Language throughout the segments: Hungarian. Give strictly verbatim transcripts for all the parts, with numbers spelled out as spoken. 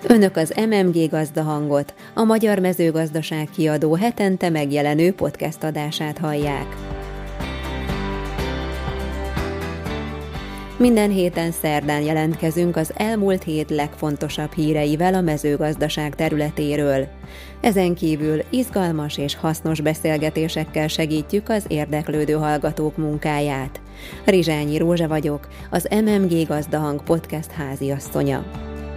Önök az em em gé Gazdahangot, a Magyar Mezőgazdaság Kiadó hetente megjelenő podcast adását hallják. Minden héten szerdán jelentkezünk az elmúlt hét legfontosabb híreivel a mezőgazdaság területéről. Ezen kívül izgalmas és hasznos beszélgetésekkel segítjük az érdeklődő hallgatók munkáját. Rizsányi Rózsa vagyok, az em em gé Gazdahang podcast háziasszonya.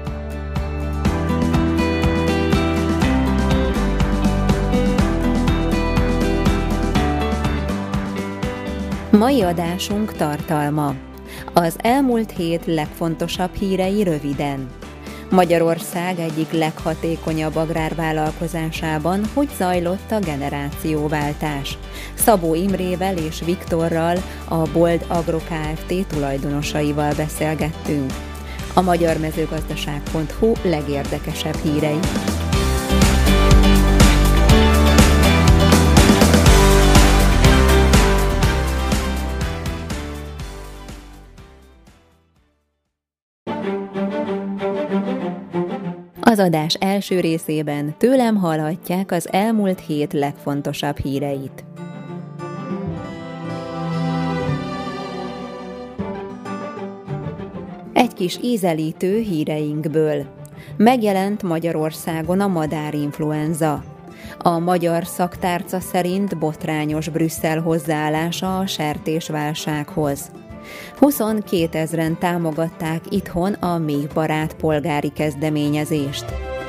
Mai adásunk tartalma. Az elmúlt hét legfontosabb hírei röviden. Magyarország egyik leghatékonyabb agrárvállalkozásában hogy zajlott a generációváltás. Szabó Imrével és Viktorral, a Bold Agro Kft. Tulajdonosaival beszélgettünk. A magyarmezőgazdaság pont hu legérdekesebb hírei. Az adás első részében tőlem hallhatják az elmúlt hét legfontosabb híreit. Egy kis ízelítő híreinkből. Megjelent Magyarországon a madárinfluenza. A magyar szaktárca szerint botrányos Brüsszel hozzáállása a sertésválsághoz. huszonkétezren támogatták itthon a méhbarát polgári kezdeményezést.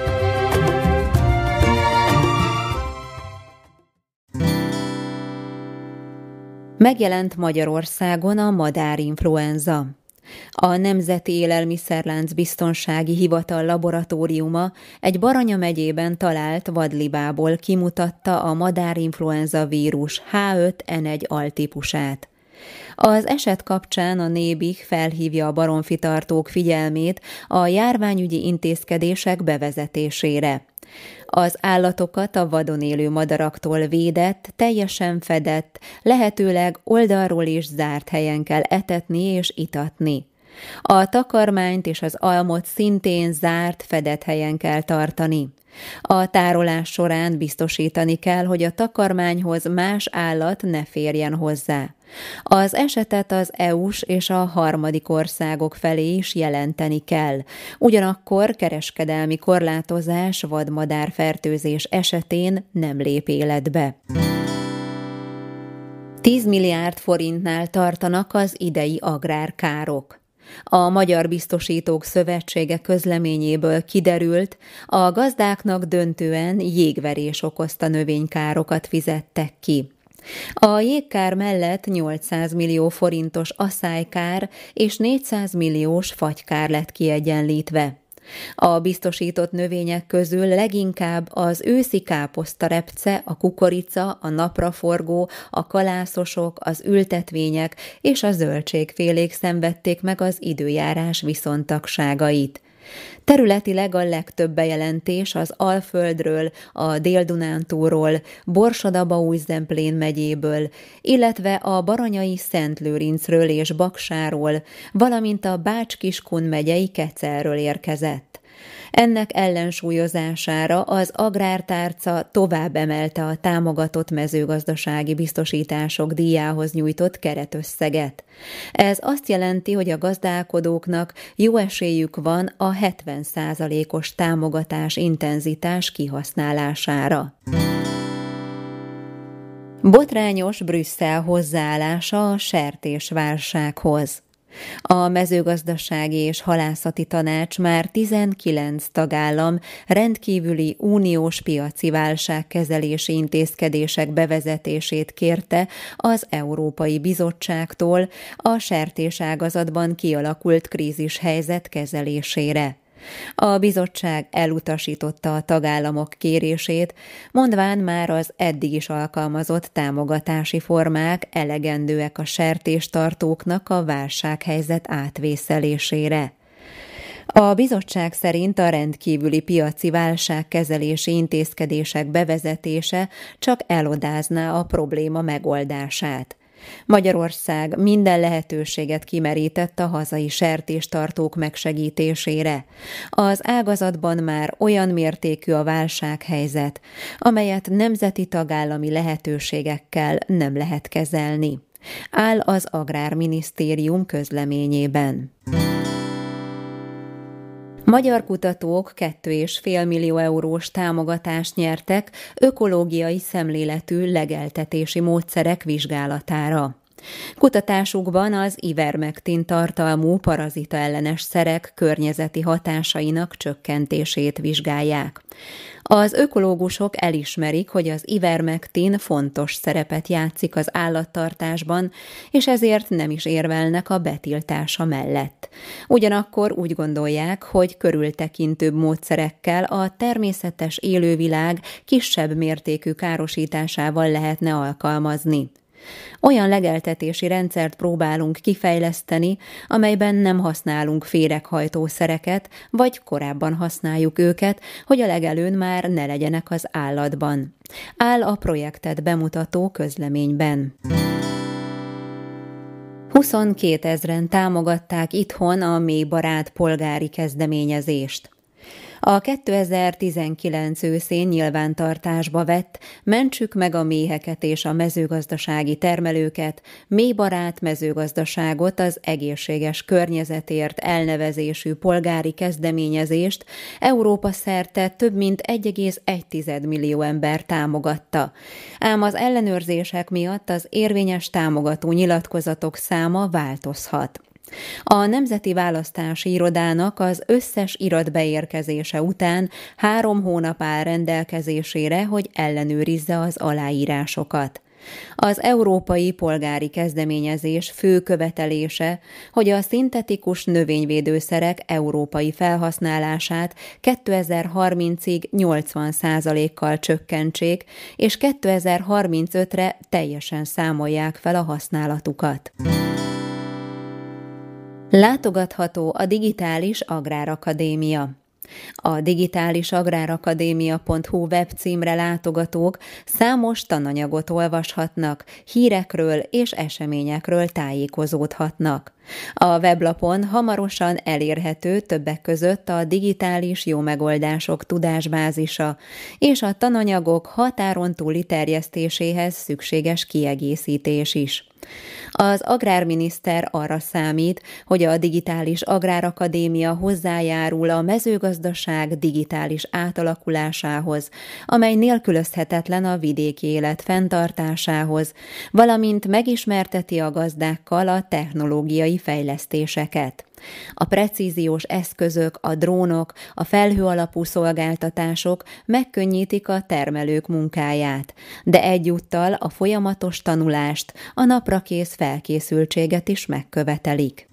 Megjelent Magyarországon a madárinfluenza. A Nemzeti Élelmiszerlánc Biztonsági Hivatal laboratóriuma egy Baranya megyében talált vadlibából kimutatta a madárinfluenza vírus há öt en egy altípusát. Az eset kapcsán a Nébih felhívja a baromfitartók figyelmét a járványügyi intézkedések bevezetésére. Az állatokat a vadon élő madaraktól védett, teljesen fedett, lehetőleg oldalról is zárt helyen kell etetni és itatni. A takarmányt és az almot szintén zárt, fedett helyen kell tartani. A tárolás során biztosítani kell, hogy a takarmányhoz más állat ne férjen hozzá. Az esetet az é u-s és a harmadik országok felé is jelenteni kell. Ugyanakkor kereskedelmi korlátozás vadmadárfertőzés esetén nem lép életbe. tíz milliárd forintnál tartanak az idei agrárkárok. A Magyar Biztosítók Szövetsége közleményéből kiderült, a gazdáknak döntően jégverés okozta növénykárokat fizettek ki. A jégkár mellett nyolcszáz millió forintos aszálykár és négyszáz milliós fagykár lett kiegyenlítve. A biztosított növények közül leginkább az őszi káposztarepce, a kukorica, a napraforgó, a kalászosok, az ültetvények és a zöldségfélék szenvedték meg az időjárás viszontagságait. Területileg a legtöbb bejelentés az Alföldről, a Dél-Dunántúlról, Borsod-Abaúj-Zemplén megyéből, illetve a Baranyai Szentlőrincről és Baksáról, valamint a Bács-Kiskun megyei Kecelről érkezett. Ennek ellensúlyozására az agrártárca tovább emelte a támogatott mezőgazdasági biztosítások díjához nyújtott keretösszeget. Ez azt jelenti, hogy a gazdálkodóknak jó esélyük van a hetven százalékos támogatás intenzitás kihasználására. Botrányos Brüsszel hozzáállása a sertésválsághoz. A Mezőgazdasági és Halászati Tanács már tizenkilenc tagállam rendkívüli uniós piaci válságkezelési intézkedések bevezetését kérte az Európai Bizottságtól a sertéságazatban kialakult krízishelyzet kezelésére. A bizottság elutasította a tagállamok kérését, mondván már az eddig is alkalmazott támogatási formák elegendőek a sertéstartóknak a válsághelyzet átvészelésére. A bizottság szerint a rendkívüli piaci válságkezelési intézkedések bevezetése csak elodázná a probléma megoldását. Magyarország minden lehetőséget kimerített a hazai sertéstartók megsegítésére. Az ágazatban már olyan mértékű a válsághelyzet, amelyet nemzeti tagállami lehetőségekkel nem lehet kezelni, áll az Agrárminisztérium közleményében. Magyar kutatók két egész öt millió eurós támogatást nyertek ökológiai szemléletű legeltetési módszerek vizsgálatára. Kutatásukban az ivermektin tartalmú parazitaellenes szerek környezeti hatásainak csökkentését vizsgálják. Az ökológusok elismerik, hogy az ivermektin fontos szerepet játszik az állattartásban, és ezért nem is érvelnek a betiltása mellett. Ugyanakkor úgy gondolják, hogy körültekintőbb módszerekkel a természetes élővilág kisebb mértékű károsításával lehetne alkalmazni. Olyan legeltetési rendszert próbálunk kifejleszteni, amelyben nem használunk féreghajtószereket, vagy korábban használjuk őket, hogy a legelőn már ne legyenek az állatban, áll a projektet bemutató közleményben. huszonkétezren támogatták itthon a mélybarát polgári kezdeményezést. A kétezer-tizenkilenc őszén nyilvántartásba vett Mentsük meg a méheket és a mezőgazdasági termelőket, mélybarát mezőgazdaságot az egészséges környezetért elnevezésű polgári kezdeményezést Európa szerte több mint egy egész egy millió ember támogatta. Ám az ellenőrzések miatt az érvényes támogató nyilatkozatok száma változhat. A Nemzeti Választási Irodának az összes iratbeérkezése után három hónap áll rendelkezésére, hogy ellenőrizze az aláírásokat. Az európai polgári kezdeményezés fő követelése, hogy a szintetikus növényvédőszerek európai felhasználását kétezer-harmincig nyolcvan százalékkal csökkentsék, és kétezer-harmincötre teljesen számolják fel a használatukat. Látogatható a Digitális Agrárakadémia. A digitális agrárakadémia pont hu webcímre látogatók számos tananyagot olvashatnak, hírekről és eseményekről tájékozódhatnak. A weblapon hamarosan elérhető többek között a digitális jó megoldások tudásbázisa és a tananyagok határon túli terjesztéséhez szükséges kiegészítés is. Az agrárminiszter arra számít, hogy a Digitális Agrárakadémia hozzájárul a mezőgazdaság digitális átalakulásához, amely nélkülözhetetlen a vidéki élet fenntartásához, valamint megismerteti a gazdákkal a technológiai fejlesztéseket. A precíziós eszközök, a drónok, a felhő alapú szolgáltatások megkönnyítik a termelők munkáját, de egyúttal a folyamatos tanulást, a naprakész felkészültséget is megkövetelik.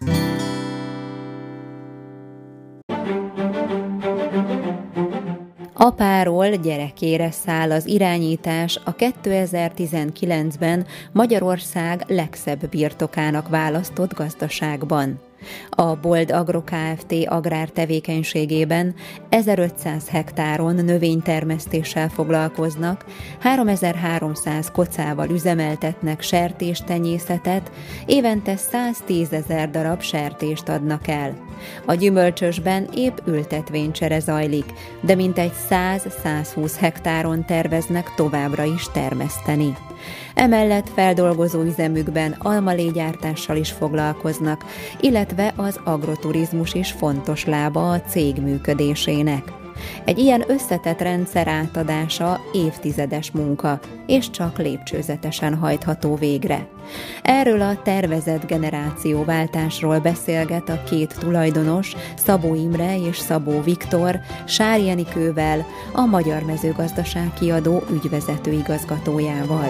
Apáról gyerekére száll az irányítás a kétezer-tizenkilencben Magyarország legszebb birtokának választott gazdaságban. A Bold Agro Kft. Agrártevékenységében ezerötszáz hektáron növénytermesztéssel foglalkoznak, háromezer-háromszáz kocával üzemeltetnek sertéstenyészetet, évente száztízezer darab sertést adnak el. A gyümölcsösben épp ültetvénycsere zajlik, de mintegy száz-százhúsz hektáron terveznek továbbra is termeszteni. Emellett feldolgozó üzemükben almalégyártással is foglalkoznak, illetve az agroturizmus is fontos lába a cég működésének. Egy ilyen összetett rendszer átadása évtizedes munka, és csak lépcsőzetesen hajtható végre. Erről a tervezett generációváltásról beszélget a két tulajdonos, Szabó Imre és Szabó Viktor, Sár Jenikővel, a Magyar Mezőgazdaság Kiadó ügyvezető igazgatójával.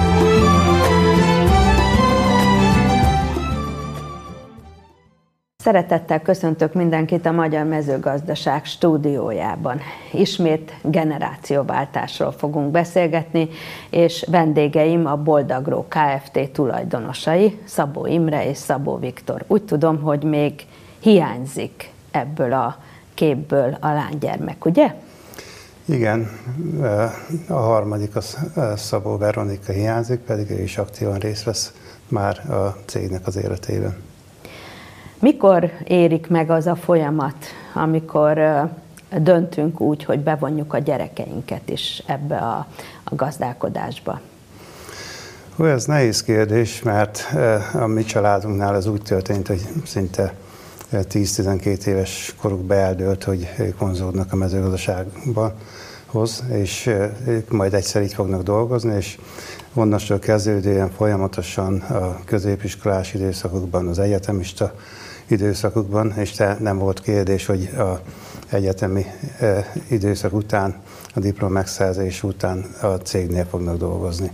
Szeretettel köszöntök mindenkit a Magyar Mezőgazdaság stúdiójában. Ismét generációváltásról fogunk beszélgetni, és vendégeim a Bold Agro Kft. Tulajdonosai, Szabó Imre és Szabó Viktor. Úgy tudom, hogy még hiányzik ebből a képből a lánygyermek, ugye? Igen, a harmadik, a Szabó Veronika hiányzik, pedig ő is aktívan részt vesz már a cégnek az életében. Mikor érik meg az a folyamat, amikor döntünk úgy, hogy bevonjuk a gyerekeinket is ebbe a, a gazdálkodásba? Ó, ez nehéz kérdés, mert a mi családunknál ez úgy történt, hogy szinte tíz-tizenkét éves korukban eldőlt, hogy ők vonzódnak a mezőgazdaságba, és ők majd egyszer így fognak dolgozni, és onnastól kezdődően folyamatosan a középiskolás időszakokban, az egyetemista időszakokban, és te nem volt kérdés, hogy az egyetemi időszak után, a diplom megszerzés után a cégnél fognak dolgozni.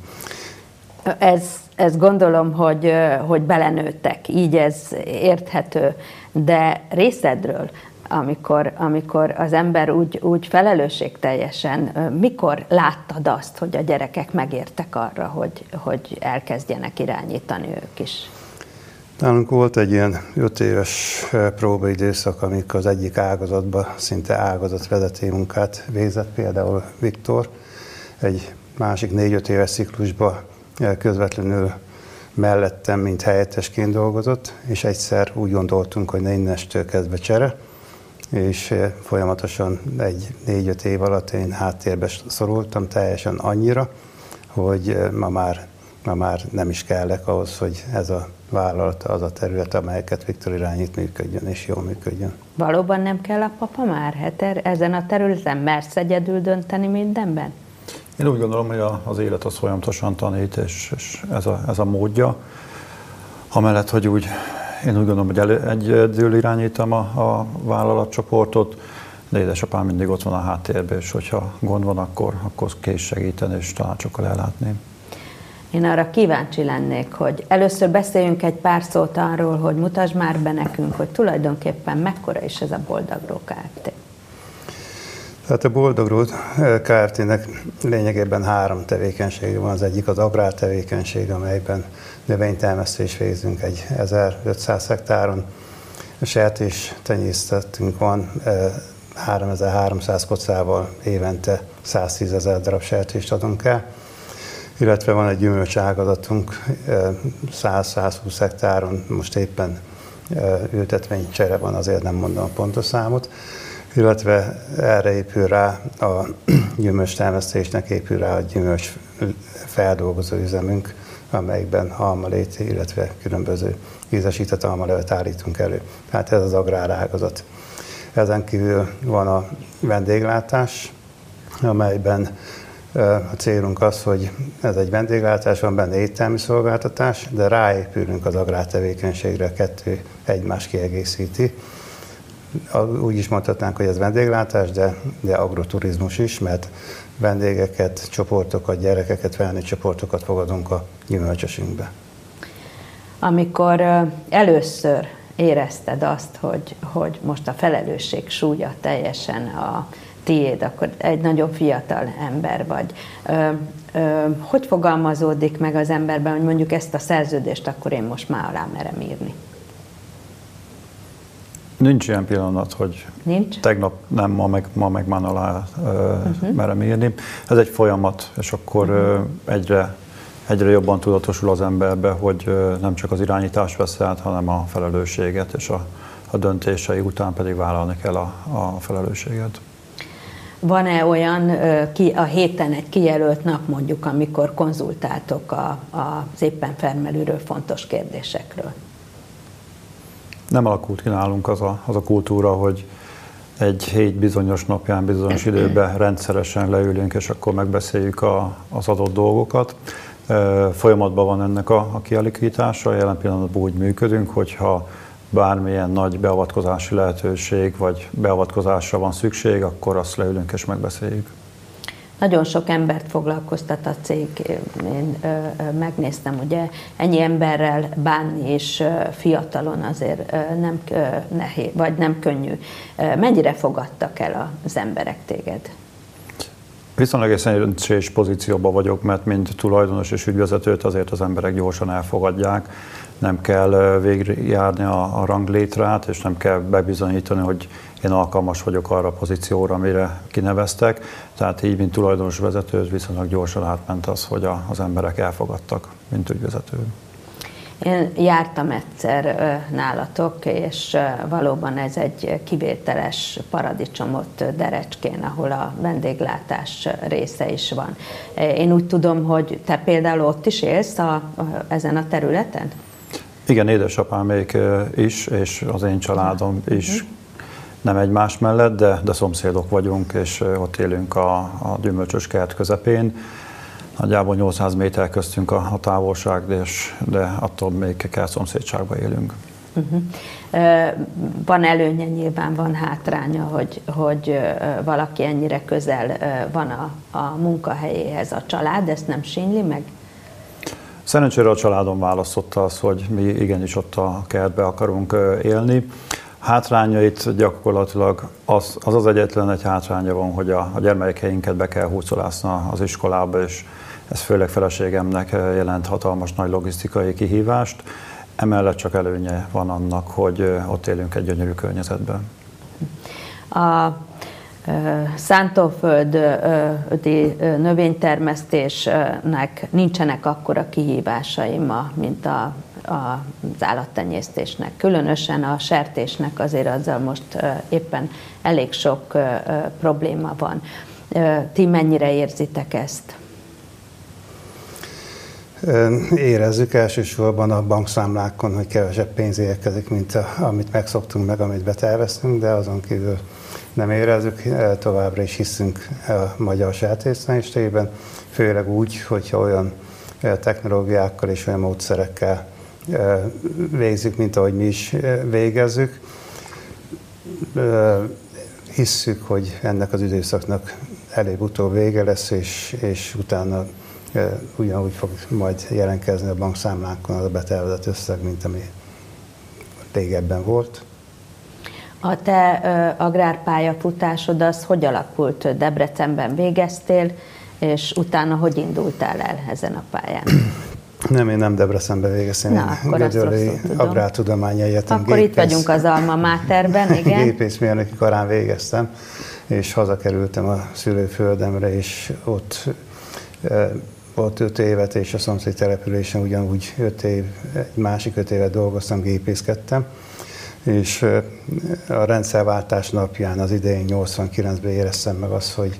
Ez, ez gondolom, hogy, hogy belenőttek, így ez érthető, de részedről, amikor, amikor az ember úgy, úgy felelősségteljesen, mikor láttad azt, hogy a gyerekek megértek arra, hogy, hogy elkezdjenek irányítani ők is? Nálunk volt egy ilyen öt éves próbaidőszak, amikor az egyik ágazatban szinte ágazatvezető munkát végzett, például Viktor. Egy másik négy-öt éves ciklusban közvetlenül mellettem, mint helyettesként dolgozott, és egyszer úgy gondoltunk, hogy ne innestől kezdve csere, és folyamatosan egy négy-öt év alatt én háttérbe szorultam teljesen annyira, hogy ma már, ma már nem is kellek ahhoz, hogy ez a vállalat, az a terület, amelyeket Viktor irányít, működjön és jól működjön. Valóban nem kell a papa már? Hát ezen a területen mersz egyedül dönteni mindenben? Én úgy gondolom, hogy az élet az folyamatosan tanít, és, és ez, a, ez a módja. Amellett, hogy úgy, én úgy gondolom, hogy elő, egyedül irányítom a, a vállalatcsoportot, de édesapám mindig ott van a háttérben, és hogyha gond van, akkor, akkor kész segíteni, és tanácsokkal ellátni. Én arra kíváncsi lennék, hogy először beszéljünk egy pár szót arról, hogy mutasd már be nekünk, hogy tulajdonképpen mekkora is ez a Boldagró Kft. Tehát a Boldagró Kft-nek lényegében három tevékenysége van. Az egyik az agrártevékenység, amelyben növénytermesztést végzünk egy ezerötszáz hektáron. A sertés tenyésztettünk van, háromezer-háromszáz kocával évente száztízezer darab sertést adunk el. Illetve van egy gyümölcságazatunk, száz-százhúsz hektáron, most éppen ültetvénycsere van, azért nem mondom a pontos számot. Illetve erre épül rá a gyümölcs termesztésnek, épül rá a gyümölcs feldolgozó üzemünk, amelyikben almaléti, illetve különböző ízesített almalevet állítunk elő. Tehát ez az agrárágazat. Ezen kívül van a vendéglátás, amelyben a célunk az, hogy ez egy vendéglátás, van benne éttermi szolgáltatás, de ráépülünk az agrártevékenységre, a kettő egymást kiegészíti. Úgy is mondhatnánk, hogy ez vendéglátás, de, de agroturizmus is, mert vendégeket, csoportokat, gyerekeket, felnőtt csoportokat fogadunk a gyümölcsösünkbe. Amikor először érezted azt, hogy, hogy most a felelősség súlya teljesen a tiéd, akkor egy nagyon fiatal ember vagy. Ö, ö, hogy fogalmazódik meg az emberben, hogy mondjuk ezt a szerződést akkor én most már alá merem írni? Nincs ilyen pillanat, hogy Nincs? tegnap nem, ma meg, ma meg már alá ö, uh-huh. merem írni. Ez egy folyamat, és akkor uh-huh. ö, egyre, egyre jobban tudatosul az emberbe, hogy ö, nem csak az irányítást vesz át, hanem a felelősséget, és a, a döntései után pedig vállalni kell a, a felelősséget. Van-e olyan ki, a héten egy kijelölt nap mondjuk, amikor konzultáltok a, az éppen felmerülő fontos kérdésekről? Nem alakult ki nálunk az a, az a kultúra, hogy egy hét bizonyos napján, bizonyos időben rendszeresen leülünk, és akkor megbeszéljük a, az adott dolgokat. Folyamatban van ennek a, a kialakítása, jelen pillanatban úgy működünk, hogyha bármilyen nagy beavatkozási lehetőség vagy beavatkozásra van szükség, akkor azt leülünk és megbeszéljük. Nagyon sok embert foglalkoztat a cég. Én ö, ö, megnéztem, ugye ennyi emberrel bánni és ö, fiatalon azért ö, nem ö, nehéz, vagy nem könnyű. Mennyire fogadtak el az emberek téged? Viszonylag egy szerencsés pozícióban vagyok, mert mint tulajdonos és ügyvezetőt azért az emberek gyorsan elfogadják. Nem kell végigjárni a, a ranglétrát, és nem kell bebizonyítani, hogy én alkalmas vagyok arra a pozícióra, amire kineveztek. Tehát így, mint tulajdonos vezető, viszonylag gyorsan átment az, hogy a, az emberek elfogadtak, mint ügyvezető. Én jártam egyszer nálatok, és valóban ez egy kivételes paradicsomot Derecskén, ahol a vendéglátás része is van. Én úgy tudom, hogy te például ott is élsz a, a, ezen a területen? Igen, édesapámék is, és az én családom is. Uh-huh. Nem egymás mellett, de, de szomszédok vagyunk, és ott élünk a, a gyümölcsös kert közepén. Nagyjából nyolcszáz méter köztünk a, a távolság, de, de attól még kert szomszédságban élünk. Uh-huh. Van előnye, nyilván van hátránya, hogy, hogy valaki ennyire közel van a, a munkahelyéhez, a család, ezt nem sínli meg? Szerencsére a családom választotta azt, hogy mi igenis ott a kertbe akarunk élni. Hátrányait gyakorlatilag az az, az egyetlen egy hátránya van, hogy a, a gyermekeinket be kell hurcolászni az iskolába, és ez főleg feleségemnek jelent hatalmas nagy logisztikai kihívást. Emellett csak előnye van annak, hogy ott élünk egy gyönyörű környezetben. A szántóföldi növénytermesztésnek nincsenek akkora kihívásai ma, mint a az állattenyésztésnek. Különösen a sertésnek azért azzal most éppen elég sok probléma van. Ti mennyire érzitek ezt? Érezzük elsősorban a bankszámlákon, hogy kevesebb pénz érkezik, mint a, amit megszoktunk meg, amit beterveztünk, de azon kívül nem érezzük. Továbbra is hiszünk a magyar sertésztenyésztésben, főleg úgy, hogyha olyan technológiákkal és olyan módszerekkel végzik, mint ahogy mi is végezzük. Hisszük, hogy ennek az időszaknak előbb-utóbb vége lesz, és, és utána ugyanúgy fog majd jelentkezni a bankszámlánkon az a betervezett összeg, mint ami régebben volt. A te agrárpályafutásod az hogy alakult? Debrecenben végeztél, és utána hogy indultál el ezen a pályán? Nem, én nem Debrecenbe végeztem, Na, én Gödöllői Agrártudományi Egyetem. Akkor gépész, itt vagyunk az Alma Materben, igen. Gépészmérnöki karán végeztem, és hazakerültem a szülőföldemre, és ott, ott öt évet, és a szomszéd településen ugyanúgy öt év, egy másik öt évet dolgoztam, gépészkedtem, és a rendszerváltás napján az idején nyolcvankilencben éreztem meg azt, hogy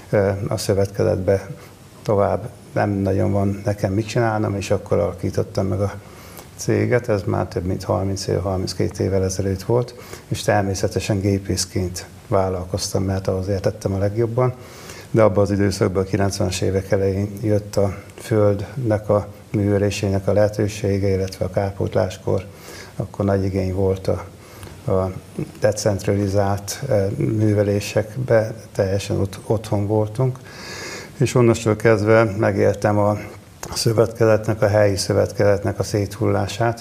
a szövetkezetben tovább nem nagyon van nekem mit csinálnom, és akkor alakítottam meg a céget, ez már több mint harminc év, harminckét évvel ezelőtt volt, és természetesen gépészként vállalkoztam, mert ahhoz értettem a legjobban, de abban az időszakban, a kilencvenes évek elején jött a földnek a művelésének a lehetősége, illetve a kárpótláskor, akkor nagy igény volt a, a decentralizált művelésekbe, teljesen ott, otthon voltunk, és onnastól kezdve megéltem a szövetkezetnek, a helyi szövetkezetnek a széthullását,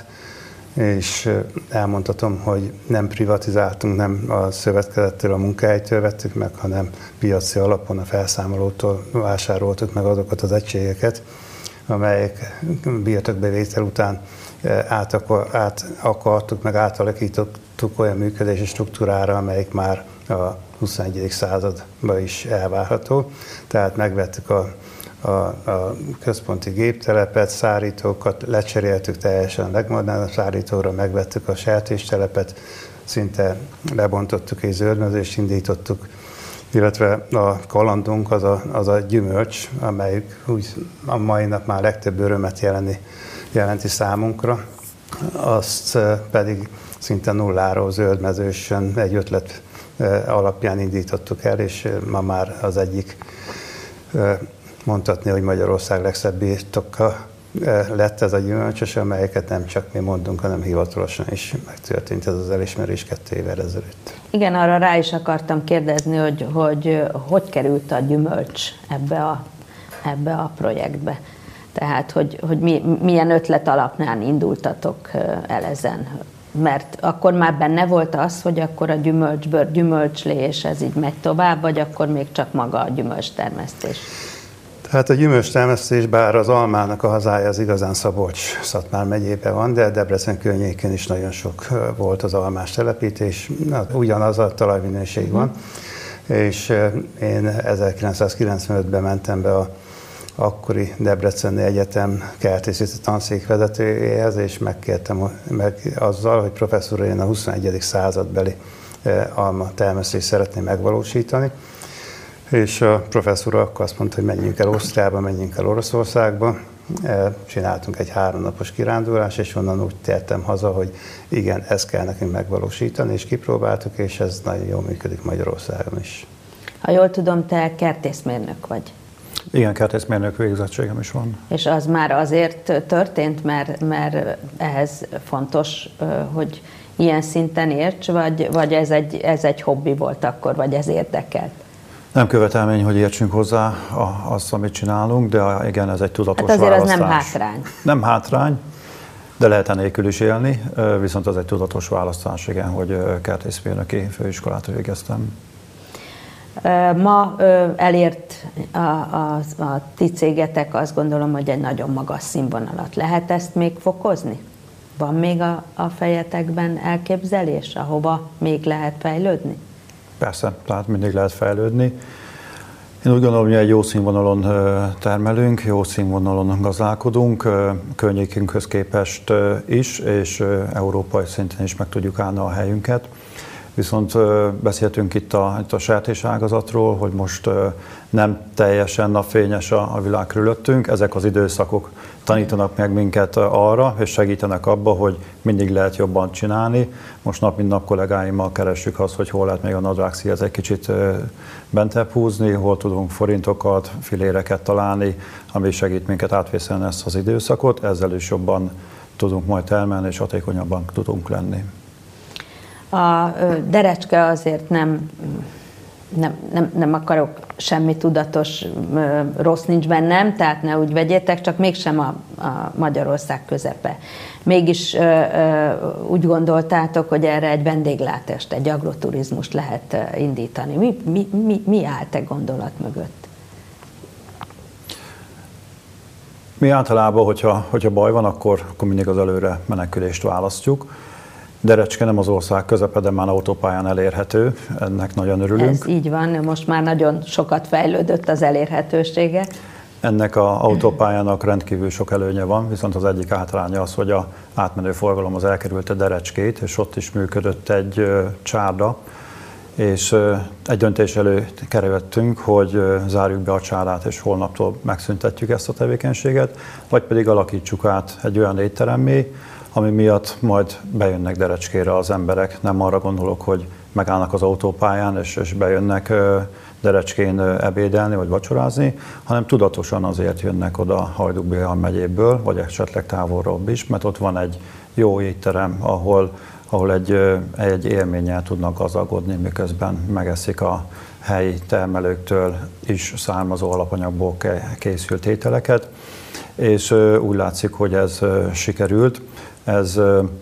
és elmondhatom, hogy nem privatizáltunk, nem a szövetkezettől, a munkahelytől vettük meg, hanem piaci alapon a felszámolótól vásároltuk meg azokat az egységeket, amelyek birtokbevétel után át, akar, át akartuk, meg átalakítottuk olyan működési struktúrára, amelyik már a huszonegyedik században is elvárható. Tehát megvettük a, a, a központi géptelepet, szárítókat, lecseréltük teljesen a legmodernebb szárítóra, megvettük a sertéstelepet, szinte lebontottuk és zöldmezést indítottuk, illetve a kalandunk az a, az a gyümölcs, amelyik úgy a mai nap már legtöbb örömet jelenti, jelenti számunkra. Azt pedig szinte nulláról zöldmezősen egy ötlet alapján indítottuk el, és ma már az egyik, mondhatni, hogy Magyarország legszebb birtoka lett ez a gyümölcsös, amelyeket nem csak mi mondunk, hanem hivatalosan is megtörtént ez az elismerés kettő évvel ezelőtt. Igen, arra rá is akartam kérdezni, hogy hogy, hogy került a gyümölcs ebbe a, ebbe a projektbe. Tehát, hogy, hogy mi, milyen ötlet alapján indultatok el ezen. Mert akkor már benne volt az, hogy akkor a gyümölcsbőr gyümölcslés, ez így megy tovább, vagy akkor még csak maga a gyümölcstermesztés? Tehát a gyümölcstermesztés, bár az almának a hazája az igazán Szabolcs-Szatmár megyében van, de Debrecen környékén is nagyon sok volt az almás telepítés, ugyanaz a talajminőség van, és én ezerkilencszázkilencvenötben mentem be a akkori Debreceni Egyetem kertészeti tanszékvezetőjéhez, és megkértem meg azzal, hogy professzor, én a huszonegyedik századbeli alma termesztést szeretném megvalósítani. És a professzor akkor azt mondta, hogy menjünk el Ausztriába, menjünk el Oroszországba. Csináltunk egy háromnapos kirándulás, és onnan úgy tértem haza, hogy igen, ezt kell nekünk megvalósítani, és kipróbáltuk, és ez nagyon jól működik Magyarországon is. Ha jól tudom, te kertészmérnök vagy. Igen, kertészmérnök végzettségem is van. És az már azért történt, mert, mert ehhez fontos, hogy ilyen szinten érts, vagy, vagy ez, egy, ez egy hobbi volt akkor, vagy ez érdekelt? Nem követelmény, hogy értsünk hozzá azt, amit csinálunk, de igen, ez egy tudatos hát azért választás. Az nem hátrány. Nem hátrány, de lehet enélkül is élni, viszont az egy tudatos választás, igen, hogy kertészmérnöki főiskolát végeztem. Ma elért a, a, a ti cégetek, azt gondolom, hogy egy nagyon magas színvonalat. Lehet ezt még fokozni? Van még a, a fejetekben elképzelés, ahova még lehet fejlődni? Persze, tehát mindig lehet fejlődni. Én úgy gondolom, hogy egy jó színvonalon termelünk, jó színvonalon gazdálkodunk, környékünkhöz képest is, és európai szinten is meg tudjuk állni a helyünket. Viszont beszéltünk itt a, itt a sertéságazatról, hogy most nem teljesen napfényes a, a világ körülöttünk. Ezek az időszakok tanítanak meg minket arra, és segítenek abba, hogy mindig lehet jobban csinálni. Most nap mint nap kollégáimmal keressük azt, hogy hol lehet még a nadrágszíjat egy kicsit bentebb húzni, hol tudunk forintokat, filéreket találni, ami segít minket átvészelni ezt az időszakot. Ezzel is jobban tudunk majd termelni, és hatékonyabban tudunk lenni. A derecske azért nem, nem, nem, nem akarok semmi tudatos rossz nincs bennem, tehát ne úgy vegyétek, csak mégsem a, a Magyarország közepe. Mégis ö, ö, úgy gondoltátok, hogy erre egy vendéglátást, egy agroturizmust lehet indítani. Mi, mi, mi, mi áll te gondolat mögött? Mi általában, hogyha, hogyha baj van, akkor, akkor mindig az előre menekülést választjuk. Derecske nem az ország közepe, de már autópályán elérhető, ennek nagyon örülünk. Ez így van, most már nagyon sokat fejlődött az elérhetősége. Ennek az autópályának rendkívül sok előnye van, viszont az egyik hátránya az, hogy az átmenő forgalom az elkerülte Derecskét, és ott is működött egy csárda, és egy döntés elő kerültünk, hogy zárjuk be a csárdát, és holnaptól megszüntetjük ezt a tevékenységet, vagy pedig alakítsuk át egy olyan étteremmé, ami miatt majd bejönnek Derecskére az emberek. Nem arra gondolok, hogy megállnak az autópályán, és, és bejönnek Derecskén ebédelni, vagy vacsorázni, hanem tudatosan azért jönnek oda Hajdú-Bihar megyéből, vagy esetleg távolról is, mert ott van egy jó étterem, ahol, ahol egy, egy élménnyel tudnak gazdagodni, miközben megeszik a helyi termelőktől is származó alapanyagból készült ételeket, és úgy látszik, hogy ez sikerült. Ez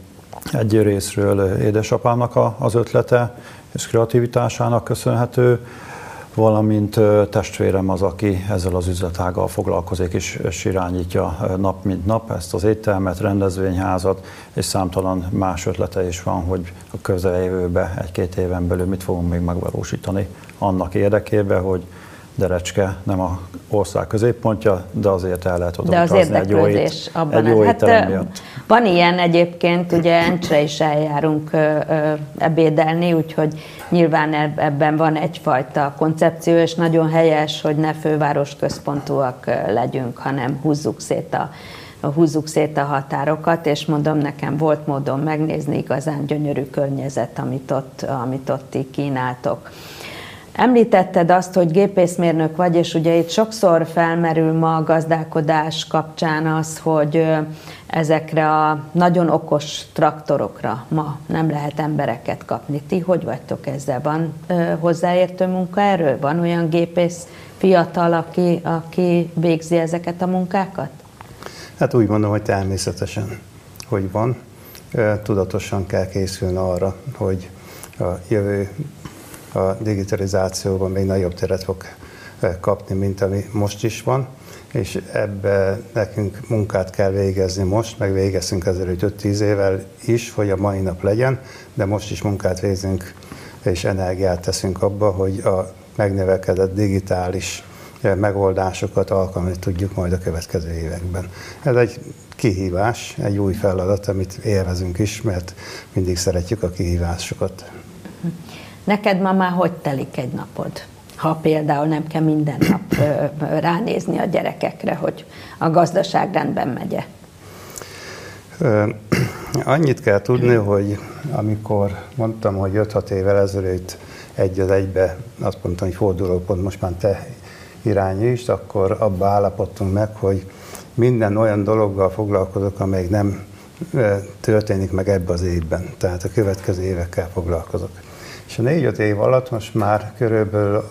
egy részről édesapámnak az ötlete és kreativitásának köszönhető, valamint testvérem az, aki ezzel az üzletággal foglalkozik és, és irányítja nap mint nap ezt az éttermet, rendezvényházat, és számtalan más ötlete is van, hogy a közeljövőben, egy-két éven belül mit fogunk még megvalósítani annak érdekében, hogy Derecske nem az ország középpontja, de azért el lehet oda utazni egy jó, ét, egy jó étterem hát, miatt. Van ilyen egyébként, ugye Encsre is eljárunk ö, ö, ebédelni, úgyhogy nyilván ebben van egyfajta koncepció, és nagyon helyes, hogy ne főváros központúak legyünk, hanem húzzuk szét a húzzuk szét a határokat, és mondom, nekem volt módon megnézni, igazán gyönyörű környezet, amit ott, amit ott így kínáltok. Említetted azt, hogy gépészmérnök vagy, és ugye itt sokszor felmerül ma a gazdálkodás kapcsán az, hogy ezekre a nagyon okos traktorokra ma nem lehet embereket kapni. Ti hogy vagytok ezzel? Van hozzáértő munkaerő? Van olyan gépész fiatal, aki, aki végzi ezeket a munkákat? Hát úgy mondom, hogy természetesen, hogy van. Tudatosan kell készülni arra, hogy a jövő a digitalizációban még nagyobb teret fog kapni, mint ami most is van, és ebbe nekünk munkát kell végezni most, meg végeztünk ezelőtt öt-tíz évvel is, hogy a mai nap legyen, de most is munkát végzünk és energiát teszünk abba, hogy a megnövekedett digitális megoldásokat alkalmazni tudjuk majd a következő években. Ez egy kihívás, egy új feladat, amit élvezünk is, mert mindig szeretjük a kihívásokat. Neked ma már hogy telik egy napod? Ha például nem kell minden nap ránézni a gyerekekre, hogy a gazdaság rendben megye. Annyit kell tudni, hogy amikor mondtam, hogy öt-hat évvel ezelőtt egy az egybe azt mondtam, hogy fordulópont most már te irányú is, akkor abba állapodtunk meg, hogy minden olyan dologgal foglalkozok, amelyik nem történik meg ebbe az évben. Tehát a következő évekkel foglalkozok. És a négy-öt év alatt most már körülbelül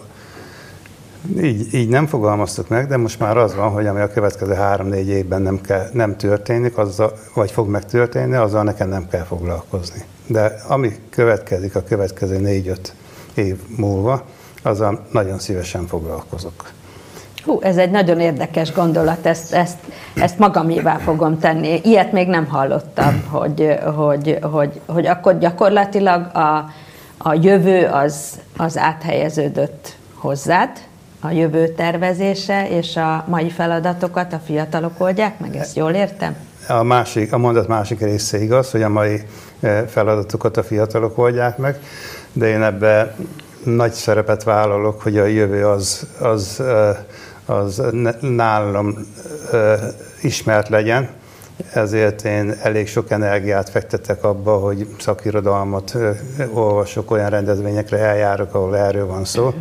így, így nem fogalmaztuk meg, de most már az van, hogy ami a következő három-négy évben nem, kell, nem történik, azzal, vagy fog megtörténni, azzal nekem nem kell foglalkozni. De ami következik a következő négy-öt év múlva, azzal nagyon szívesen foglalkozok. Hú, ez egy nagyon érdekes gondolat, ezt, ezt, ezt magamévá fogom tenni. Ilyet még nem hallottam, hogy, hogy, hogy, hogy akkor gyakorlatilag a, a jövő az, az áthelyeződött hozzád, a jövő tervezése, és a mai feladatokat a fiatalok oldják meg, ezt jól értem? A, másik, a mondat másik része igaz, hogy a mai feladatokat a fiatalok oldják meg, de én ebben nagy szerepet vállalok, hogy a jövő az, az, az nálam ismert legyen, ezért én elég sok energiát fektetek abba, hogy szakirodalmat olvasok, olyan rendezvényekre eljárok, ahol erről van szó,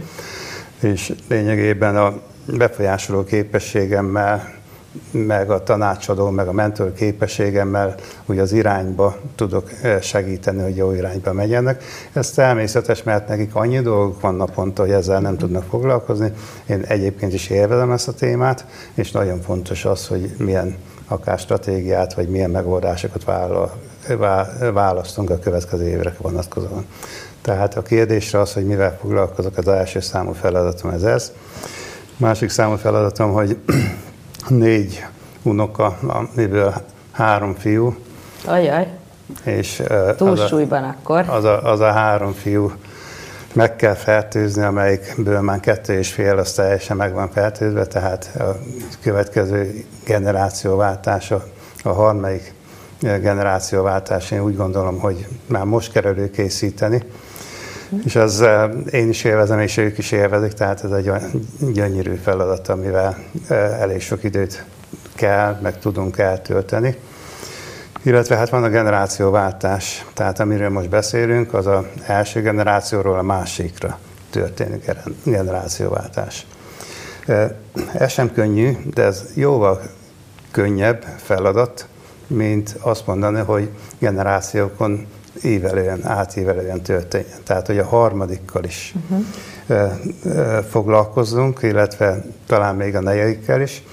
és lényegében a befolyásoló képességemmel, meg a tanácsadó, meg a mentor képességemmel úgy az irányba tudok segíteni, hogy jó irányba megyenek. Ez természetes, mert nekik annyi dolgok van naponta, hogy ezzel nem tudnak foglalkozni. Én egyébként is élvezem ezt a témát, és nagyon fontos az, hogy milyen akár stratégiát, vagy milyen megoldásokat választunk a következő évre vonatkozóan. Tehát a kérdésre az, hogy mivel foglalkozok, az első számú feladatom ez ez. Másik számú feladatom, hogy négy unoka, amiből három fiú. Ajaj, és túlsúlyban akkor. Az a, az a három fiú meg kell fertőzni, amelyikből már kettő és fél az teljesen meg van fertőzve, tehát a következő generációváltása, a harmadik generációváltás, én úgy gondolom, hogy már most kell előkészíteni, és az én is élvezem, és ők is élvezik, tehát ez egy olyan gyönyörű feladat, amivel elég sok időt kell, meg tudunk eltölteni. Illetve hát van a generációváltás, tehát amiről most beszélünk, az az első generációról a másikra történik generációváltás. Ez sem könnyű, de ez jóval könnyebb feladat, mint azt mondani, hogy generációkon ívelően, átívelően történjen. Tehát, hogy a harmadikkal is uh-huh. foglalkozzunk, illetve talán még a negyedikkel is.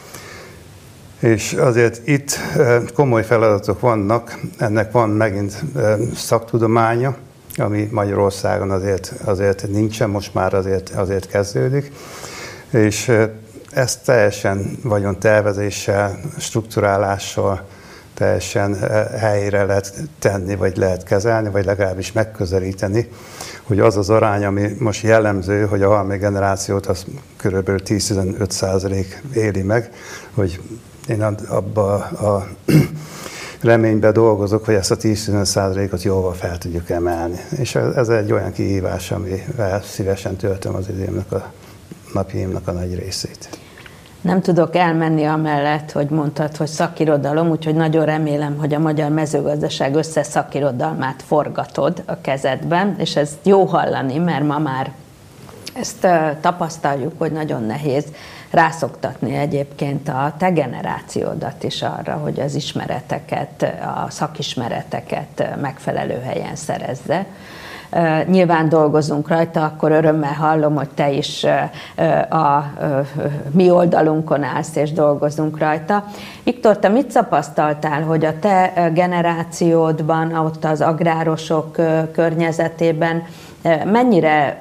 És azért itt komoly feladatok vannak, ennek van megint szaktudománya, ami Magyarországon azért, azért nincsen, most már azért, azért kezdődik. És ezt teljesen vagyon tervezéssel, strukturálással, teljesen helyére lehet tenni, vagy lehet kezelni, vagy legalábbis megközelíteni, hogy az az arány, ami most jellemző, hogy a harmadik generációt az kb. tíz-tizenöt százalék éli meg, hogy én abba a reményben dolgozok, hogy ezt a tíz-tizenöt százalékot jóval fel tudjuk emelni. És ez egy olyan kihívás, amivel szívesen töltöm az időmnek, a napjaimnak a nagy részét. Nem tudok elmenni amellett, hogy mondtad, hogy szakirodalom, úgyhogy nagyon remélem, hogy a magyar mezőgazdaság összes szakirodalmát forgatod a kezedben, és ez jó hallani, mert ma már ezt tapasztaljuk, hogy nagyon nehéz rászoktatni egyébként a te generációdat is arra, hogy az ismereteket, a szakismereteket megfelelő helyen szerezze. Nyilván dolgozunk rajta, akkor örömmel hallom, hogy te is a mi oldalunkon állsz és dolgozunk rajta. Viktor, te mit tapasztaltál, hogy a te generációdban, ott az agrárosok környezetében mennyire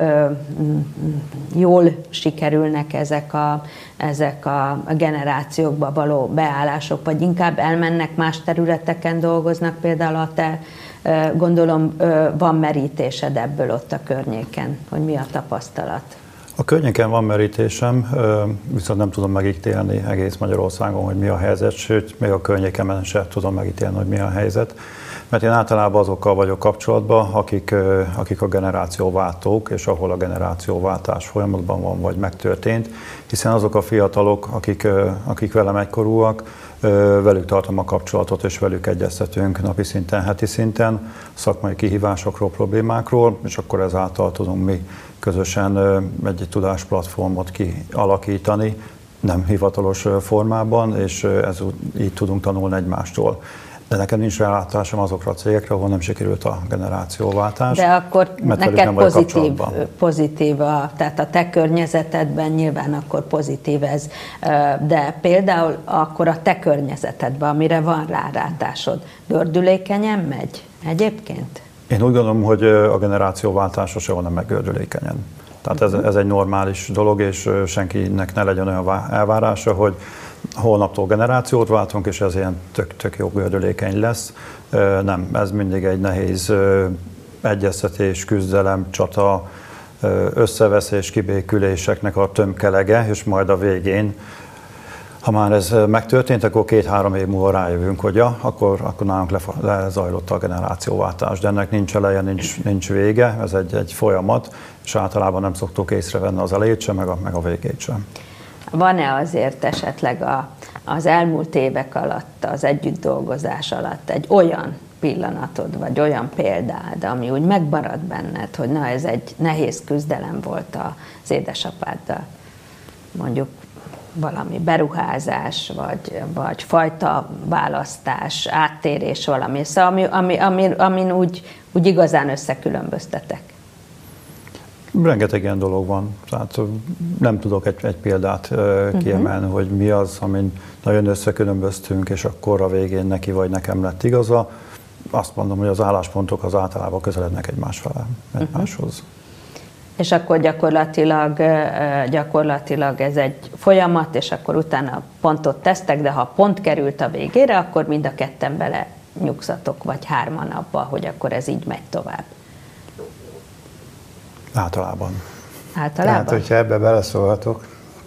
jól sikerülnek ezek a, ezek a generációkba való beállások, vagy inkább elmennek más területeken dolgoznak, például a te, gondolom, van merítésed ebből ott a környéken, hogy mi a tapasztalat? A környéken van merítésem, viszont nem tudom megítélni egész Magyarországon, hogy mi a helyzet, sőt, még a környékemen sem tudom megítélni, hogy mi a helyzet. Mert én általában azokkal vagyok kapcsolatban, akik, akik a generációváltók, és ahol a generációváltás folyamatban van, vagy megtörtént, hiszen azok a fiatalok, akik, akik velem egykorúak, velük tartom a kapcsolatot, és velük egyeztetünk napi szinten, heti szinten, szakmai kihívásokról, problémákról, és akkor ezáltal tudunk mi közösen egy tudásplatformot kialakítani, nem hivatalos formában, és ez így tudunk tanulni egymástól. De nekem nincs rálátásom azokra a cégekre, ahol nem sikerült a generációváltás. De akkor neked pozitív, pozitív a, tehát a te környezetedben nyilván akkor pozitív ez, de például akkor a te környezetedben, amire van rálátásod, gördülékenyen megy egyébként? Én úgy gondolom, hogy a generációváltás sehol nem megy gördülékenyen. Tehát ez, ez egy normális dolog, és senkinek ne legyen olyan elvárása, hogy holnaptól generációt váltunk, és ez ilyen tök, tök jó gördülékeny lesz. Nem, ez mindig egy nehéz egyeztetés, küzdelem, csata, összeveszés, kibéküléseknek a tömkelege, és majd a végén, ha már ez megtörtént, akkor két-három év múlva rájövünk, hogy ja, akkor, akkor nálunk lezajlott a generációváltás, de ennek nincs eleje, nincs, nincs vége, ez egy, egy folyamat, és általában nem szoktuk észrevenni az elejét sem, meg a, meg a végét sem. Van-e azért esetleg a, az elmúlt évek alatt, az együttdolgozás alatt egy olyan pillanatod, vagy olyan példád, ami úgy megmarad benned, hogy na, ez egy nehéz küzdelem volt az édesapáddal? Mondjuk valami beruházás, vagy, vagy fajta választás, áttérés, valami, szóval ami, ami, ami, amin úgy, úgy igazán összekülönböztetek. Rengeteg ilyen dolog van, tehát nem tudok egy, egy példát kiemelni, uh-huh. hogy mi az, amin nagyon összekülönböztünk, és akkor a végén neki vagy nekem lett igaza. Azt mondom, hogy az álláspontok az általában közelednek egymás felé, egymáshoz. Uh-huh. És akkor gyakorlatilag, gyakorlatilag ez egy folyamat, és akkor utána pontot tesztek, de ha pont került a végére, akkor mind a ketten bele nyugszatok, vagy hárman abba, hogy akkor ez így megy tovább. Általában. Általában? Tehát, hogyha ebbe beleszólhatok,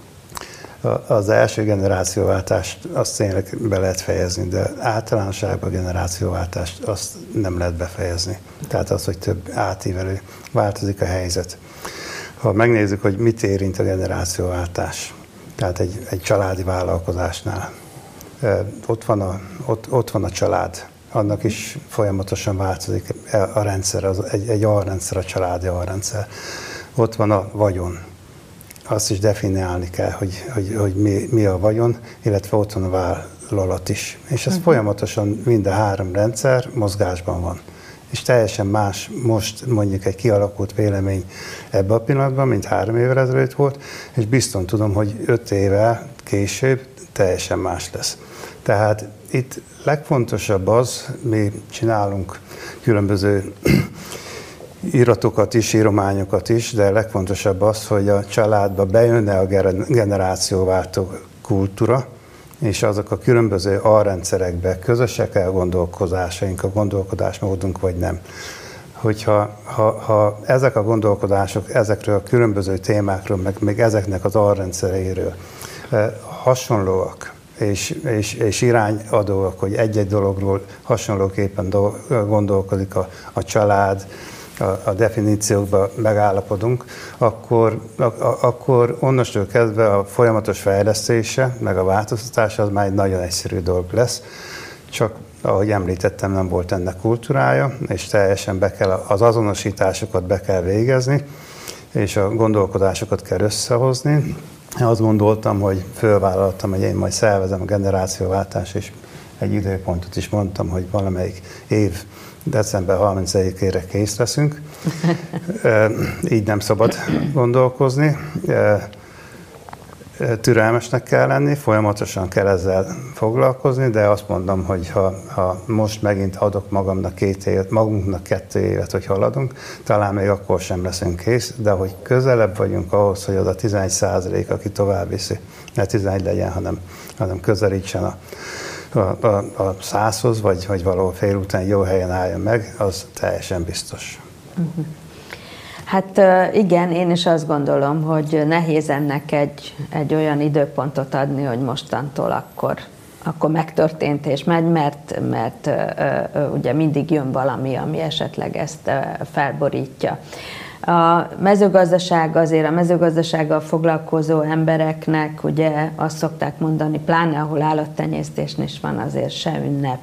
az első generációváltást azt tényleg be lehet fejezni, de általánosságban a generációváltást azt nem lehet befejezni. Tehát az, hogy több átívelő, változik a helyzet. Ha megnézzük, hogy mit érint a generációváltás, tehát egy, egy családi vállalkozásnál, ott van, a, ott, ott van a család, annak is folyamatosan változik a rendszer, az egy, egy alrendszer, a családi alrendszer. Ott van a vagyon. Azt is definiálni kell, hogy, hogy, hogy mi, mi a vagyon, illetve ott van a vállalat is. És ez uh-huh. folyamatosan mind a három rendszer mozgásban van. És teljesen más most mondjuk egy kialakult vélemény ebben a pillanatban, mint három évvel ezelőtt volt, és biztos tudom, hogy öt évvel később teljesen más lesz. Tehát itt legfontosabb az, mi csinálunk különböző íratokat is, írományokat is, de legfontosabb az, hogy a családba bejönne a generációváltó kultúra, és azok a különböző alrendszerekbe közösek el gondolkozásaink, a gondolkodásmódunk, vagy nem. Hogyha ha, ha ezek a gondolkodások ezekről a különböző témákról, meg még ezeknek az alrendszereiről hasonlóak, és, és, és irányadóak, hogy egy-egy dologról hasonlóképpen do, gondolkodik a, a család, a, a definíciókban megállapodunk, akkor, a, a, akkor onnastól kezdve a folyamatos fejlesztése, meg a változtatása az már egy nagyon egyszerű dolog lesz. Csak, ahogy említettem, nem volt ennek kultúrája, és teljesen be kell, az azonosításokat be kell végezni, és a gondolkodásokat kell összehozni. Azt gondoltam, hogy fölvállaltam, hogy én majd szervezem a generációváltást, és egy időpontot is mondtam, hogy valamelyik év december harmincadikére kész leszünk. Így nem szabad gondolkozni. Türelmesnek kell lenni, folyamatosan kell ezzel foglalkozni, de azt mondom, hogy ha, ha most megint adok magamnak két évet, magunknak kettő évet, hogy haladunk, talán még akkor sem leszünk kész, de hogy közelebb vagyunk ahhoz, hogy az a tizenegy százalék, aki tovább viszi, ne tizenegy legyen, hanem, hanem közelítsen a, a, a, a százhoz, vagy, vagy valahol fél után jó helyen álljon meg, az teljesen biztos. Uh-huh. Hát igen, én is azt gondolom, hogy nehéz ennek egy, egy olyan időpontot adni, hogy mostantól akkor, akkor megtörtént és megy, mert, mert ugye mindig jön valami, ami esetleg ezt felborítja. A mezőgazdaság azért a mezőgazdasággal foglalkozó embereknek ugye azt szokták mondani, pláne ahol állattenyésztés is van, azért se ünnep,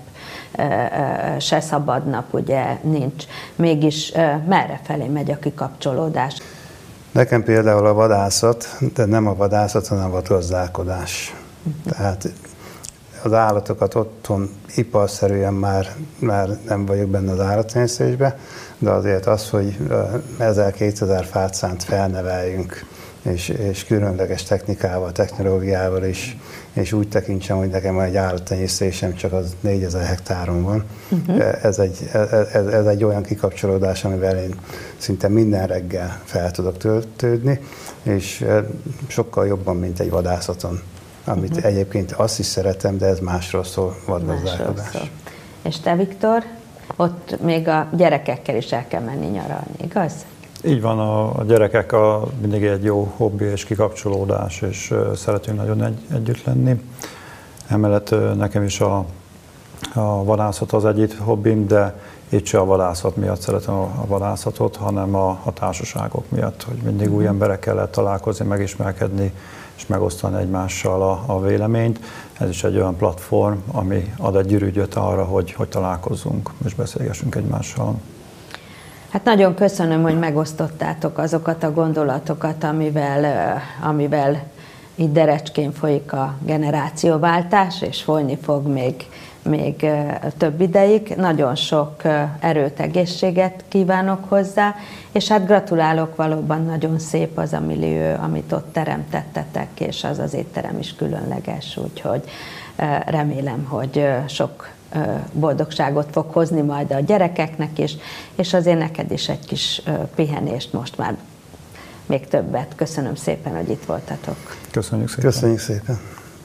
se szabadnap ugye nincs. Mégis merre felé megy a kikapcsolódás? Nekem például a vadászat, de nem a vadászat, hanem a gazdálkodás. Uh-huh. Tehát az állatokat otthon iparszerűen már, már nem vagyok benne az állattenyésztésben, de azért az, hogy ezer-kétezer fát szánt felneveljünk, és, és különleges technikával, technológiával is, és úgy tekintsem, hogy nekem egy állattenyésztésem csak az négyezer hektáron van. Uh-huh. Ez, egy, ez, ez egy olyan kikapcsolódás, amivel én szinte minden reggel fel tudok töltődni, és sokkal jobban, mint egy vadászaton, amit uh-huh. egyébként azt is szeretem, de ez másról szól, vadgazdálkodás. Másról szól. És te, Viktor? Ott még a gyerekekkel is el kell menni nyaralni, igaz? Így van, a, a gyerekek a, mindig egy jó hobbi és kikapcsolódás, és uh, szeretünk nagyon egy, együtt lenni. Emellett uh, nekem is a, a vadászat az egyik hobbim, de itt se a vadászat miatt szeretem a, a vadászatot, hanem a, a társaságok miatt, hogy mindig új emberekkel lehet találkozni, megismerkedni, és megosztani egymással a, a véleményt. Ez is egy olyan platform, ami ad egy gyűrűgyöt arra, hogy, hogy találkozzunk és beszélgessünk egymással. Hát nagyon köszönöm, hogy megosztottátok azokat a gondolatokat, amivel, amivel itt Derecskén folyik a generációváltás, és folyni fog még, még több ideig. Nagyon sok erőt, egészséget kívánok hozzá, és hát gratulálok, valóban nagyon szép az a millió, amit ott teremtettetek, és az az étterem is különleges, úgyhogy remélem, hogy sok boldogságot fog hozni majd a gyerekeknek is, és azért neked is egy kis pihenést most már még többet. Köszönöm szépen, hogy itt voltatok. Köszönjük szépen. Köszönjük szépen.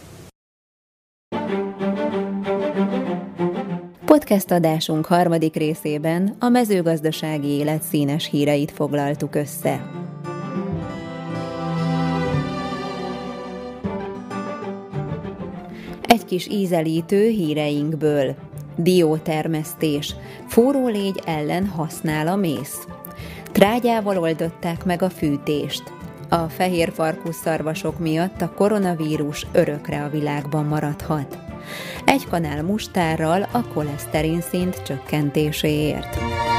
Podcast adásunk harmadik részében a mezőgazdasági élet színes híreit foglaltuk össze. Egy kis ízelítő híreinkből. Diótermesztés. Forró légy ellen használ a mész. Trágyával oldották meg a fűtést. A fehér farkú szarvasok miatt a koronavírus örökre a világban maradhat. Egy kanál mustárral a koleszterin szint csökkentéséért.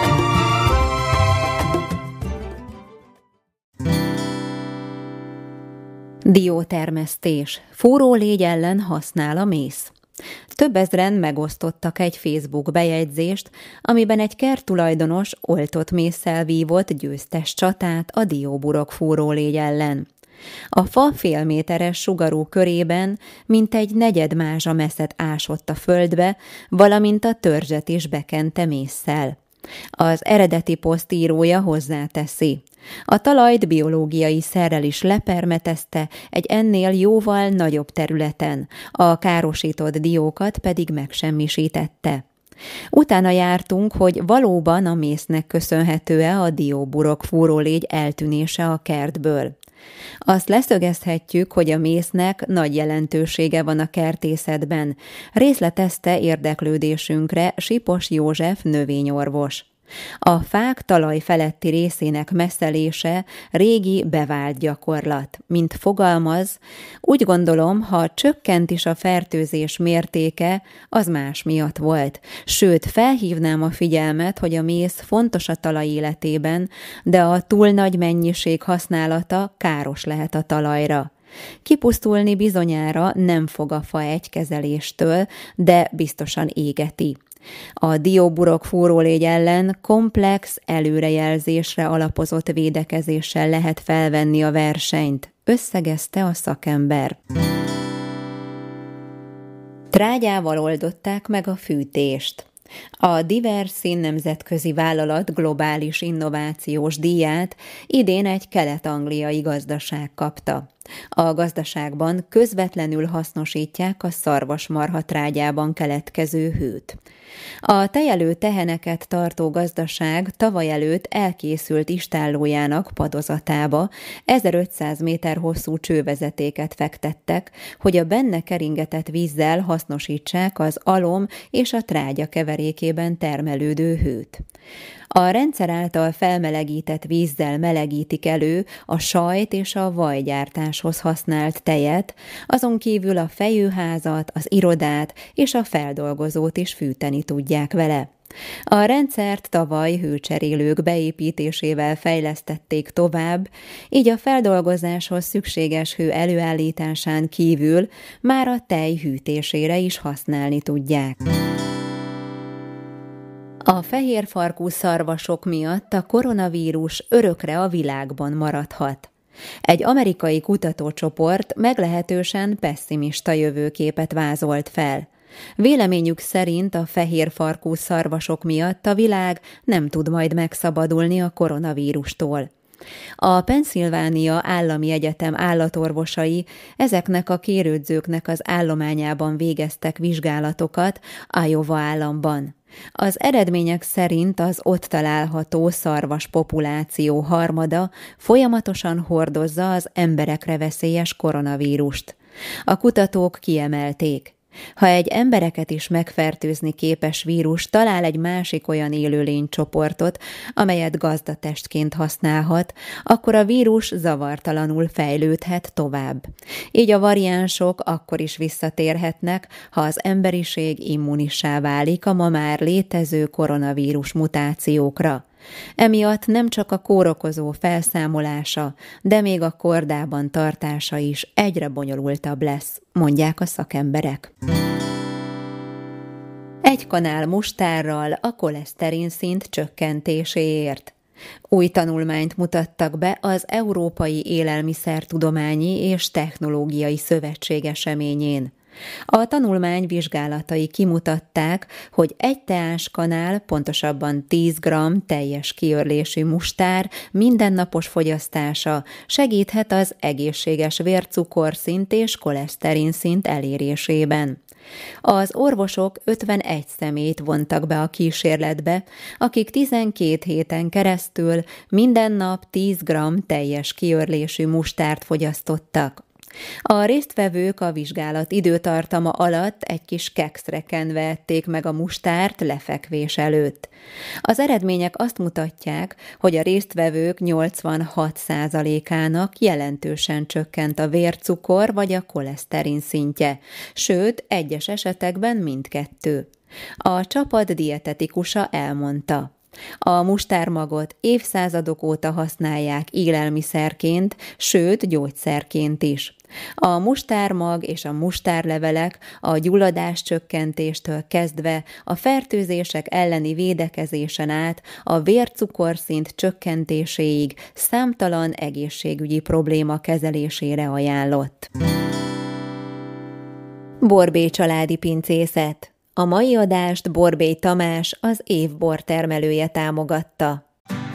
Diótermesztés. Forró légy ellen használ a mész. Több ezren megosztottak egy Facebook bejegyzést, amiben egy kerttulajdonos oltott mésszel vívott győztes csatát a dióburok forrólégy ellen. A fa félméteres sugarú körében mintegy negyed mázsa meszet ásott a földbe, valamint a törzset is bekente mésszel. Az eredeti poszt írója hozzáteszi. A talajt biológiai szerrel is lepermetezte egy ennél jóval nagyobb területen, a károsított diókat pedig megsemmisítette. Utána jártunk, hogy valóban a mésznek köszönhető-e a dióburok forrólégy eltűnése a kertből. Azt leszögezhetjük, hogy a mésznek nagy jelentősége van a kertészetben, részletezte érdeklődésünkre Sipos József növényorvos. A fák talaj feletti részének messzelése régi bevált gyakorlat. Mint fogalmaz, úgy gondolom, ha csökkent is a fertőzés mértéke, az más miatt volt. Sőt, felhívnám a figyelmet, hogy a mész fontos a talaj életében, de a túl nagy mennyiség használata káros lehet a talajra. Kipusztulni bizonyára nem fog a fa egy kezeléstől, de biztosan égeti. A dióburok forrólégy ellen komplex, előrejelzésre alapozott védekezéssel lehet felvenni a versenyt, összegezte a szakember. Trágyával oldották meg a fűtést. A Diversin nemzetközi vállalat globális innovációs díját idén egy kelet-angliai gazdaság kapta. A gazdaságban közvetlenül hasznosítják a szarvasmarha trágyában keletkező hőt. A tejelő teheneket tartó gazdaság tavaly előtt elkészült istállójának padozatába ezerötszáz méter hosszú csővezetéket fektettek, hogy a benne keringetett vízzel hasznosítsák az alom és a trágya keverékében termelődő hőt. A rendszer által felmelegített vízzel melegítik elő a sajt és a vajgyártáshoz használt tejet, azon kívül a fejőházat, az irodát és a feldolgozót is fűteni tudják vele. A rendszert tavaly hőcserélők beépítésével fejlesztették tovább, így a feldolgozáshoz szükséges hő előállításán kívül már a tej hűtésére is használni tudják. A fehérfarkú szarvasok miatt a koronavírus örökre a világban maradhat. Egy amerikai kutatócsoport meglehetősen pesszimista jövőképet vázolt fel. Véleményük szerint a fehérfarkú szarvasok miatt a világ nem tud majd megszabadulni a koronavírustól. A Pennsylvania Állami Egyetem állatorvosai ezeknek a kérődzőknek az állományában végeztek vizsgálatokat Iowa államban. Az eredmények szerint az ott található szarvas populáció harmada folyamatosan hordozza az emberekre veszélyes koronavírust. A kutatók kiemelték, ha egy embereket is megfertőzni képes vírus talál egy másik olyan élőlénycsoportot, amelyet gazdatestként használhat, akkor a vírus zavartalanul fejlődhet tovább. Így a variánsok akkor is visszatérhetnek, ha az emberiség immunissá válik a ma már létező koronavírus mutációkra. Emiatt nem csak a kórokozó felszámolása, de még a kordában tartása is egyre bonyolultabb lesz, mondják a szakemberek. Egy kanál mustárral a koleszterin szint csökkentéséért. Új tanulmányt mutattak be az Európai Élelmiszertudományi és Technológiai Szövetség eseményén. A tanulmány vizsgálatai kimutatták, hogy egy teáskanál, pontosabban tíz gramm teljes kiörlésű mustár mindennapos fogyasztása segíthet az egészséges vércukorszint és koleszterinszint elérésében. Az orvosok ötvenegy személyt vontak be a kísérletbe, akik tizenkét héten keresztül minden nap tíz gramm teljes kiörlésű mustárt fogyasztottak. A résztvevők a vizsgálat időtartama alatt egy kis kekszre kenve ették meg a mustárt lefekvés előtt. Az eredmények azt mutatják, hogy a résztvevők nyolcvanhat százalékának jelentősen csökkent a vércukor vagy a koleszterin szintje, sőt, egyes esetekben mindkettő. A csapat dietetikusa elmondta: a mustármagot évszázadok óta használják élelmiszerként, sőt gyógyszerként is. A mustármag és a mustárlevelek a gyulladás csökkentéstől kezdve a fertőzések elleni védekezésen át a vércukorszint csökkentéséig számtalan egészségügyi probléma kezelésére ajánlott. Borbély családi pincészet. A mai adást Borbély Tamás, az év bortermelője támogatta.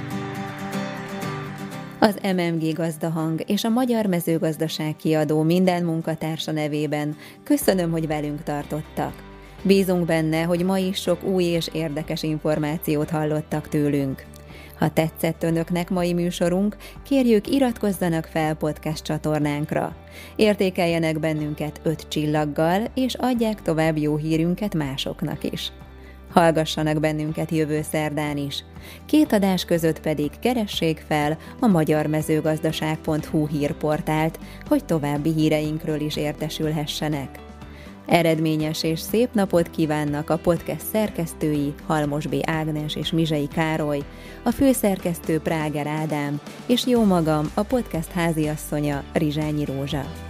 Az em em gé Gazdahang és a Magyar Mezőgazdaság Kiadó minden munkatársa nevében köszönöm, hogy velünk tartottak. Bízunk benne, hogy ma is sok új és érdekes információt hallottak tőlünk. Ha tetszett önöknek mai műsorunk, kérjük, iratkozzanak fel podcast csatornánkra. Értékeljenek bennünket öt csillaggal, és adják tovább jó hírünket másoknak is. Hallgassanak bennünket jövő szerdán is. Két adás között pedig keressék fel a magyarmezőgazdaság pont hu hírportált, hogy további híreinkről is értesülhessenek. Eredményes és szép napot kívánnak a podcast szerkesztői Halmos B. Ágnes és Mizsei Károly, a főszerkesztő Práger Ádám, és jó magam, a podcast háziasszonya, Rizsányi Rózsa.